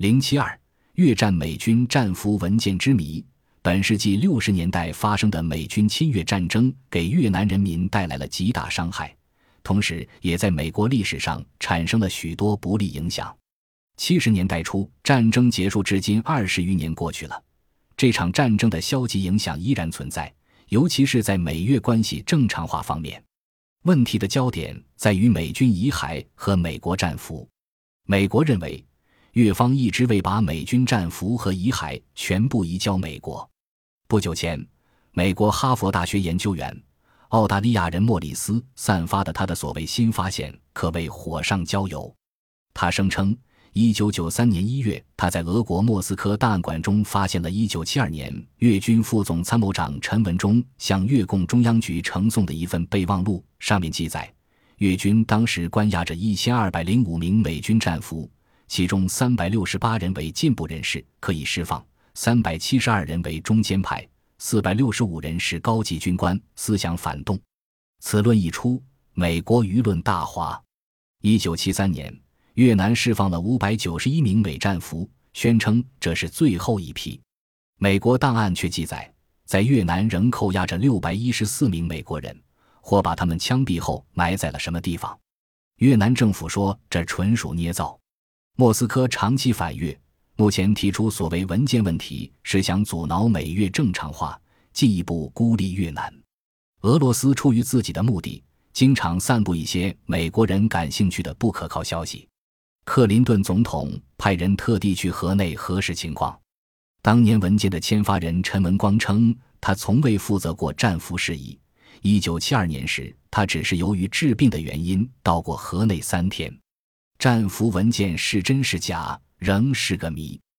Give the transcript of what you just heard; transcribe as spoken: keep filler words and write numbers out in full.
零七二越战美军战俘文件之谜。本世纪六十年代发生的美军侵越战争给越南人民带来了极大伤害，同时也在美国历史上产生了许多不利影响。七十年代初，战争结束至今二十余年过去了，这场战争的消极影响依然存在，尤其是在美越关系正常化方面。问题的焦点在于美军遗骸和美国战俘。美国认为越方一直未把美军战俘和遗骸全部移交美国。不久前，美国哈佛大学研究员澳大利亚人莫里斯散发的他的所谓新发现可谓火上浇油。他声称一九九三年一月，他在俄国莫斯科档案馆中发现了一九七二年越军副总参谋长陈文忠向越共中央局呈送的一份备忘录，上面记载越军当时关押着一千二百零五名美军战俘，其中三百六十八人为进步人士，可以释放，三百七十二人为中间派，四百六十五人是高级军官，思想反动。此论一出，美国舆论大哗。一九七三年，越南释放了五百九十一名美战俘，宣称这是最后一批。美国档案却记载，在越南仍扣押着六百一十四名美国人，或把他们枪毙后埋在了什么地方。越南政府说这纯属捏造。莫斯科长期反越，目前提出所谓文件问题，是想阻挠美越正常化，进一步孤立越南。俄罗斯出于自己的目的，经常散布一些美国人感兴趣的不可靠消息。克林顿总统派人特地去河内核实情况。当年文件的签发人陈文光称，他从未负责过战俘事宜。一九七二年时，他只是由于治病的原因到过河内三天。战俘文件是真是假，仍是个谜。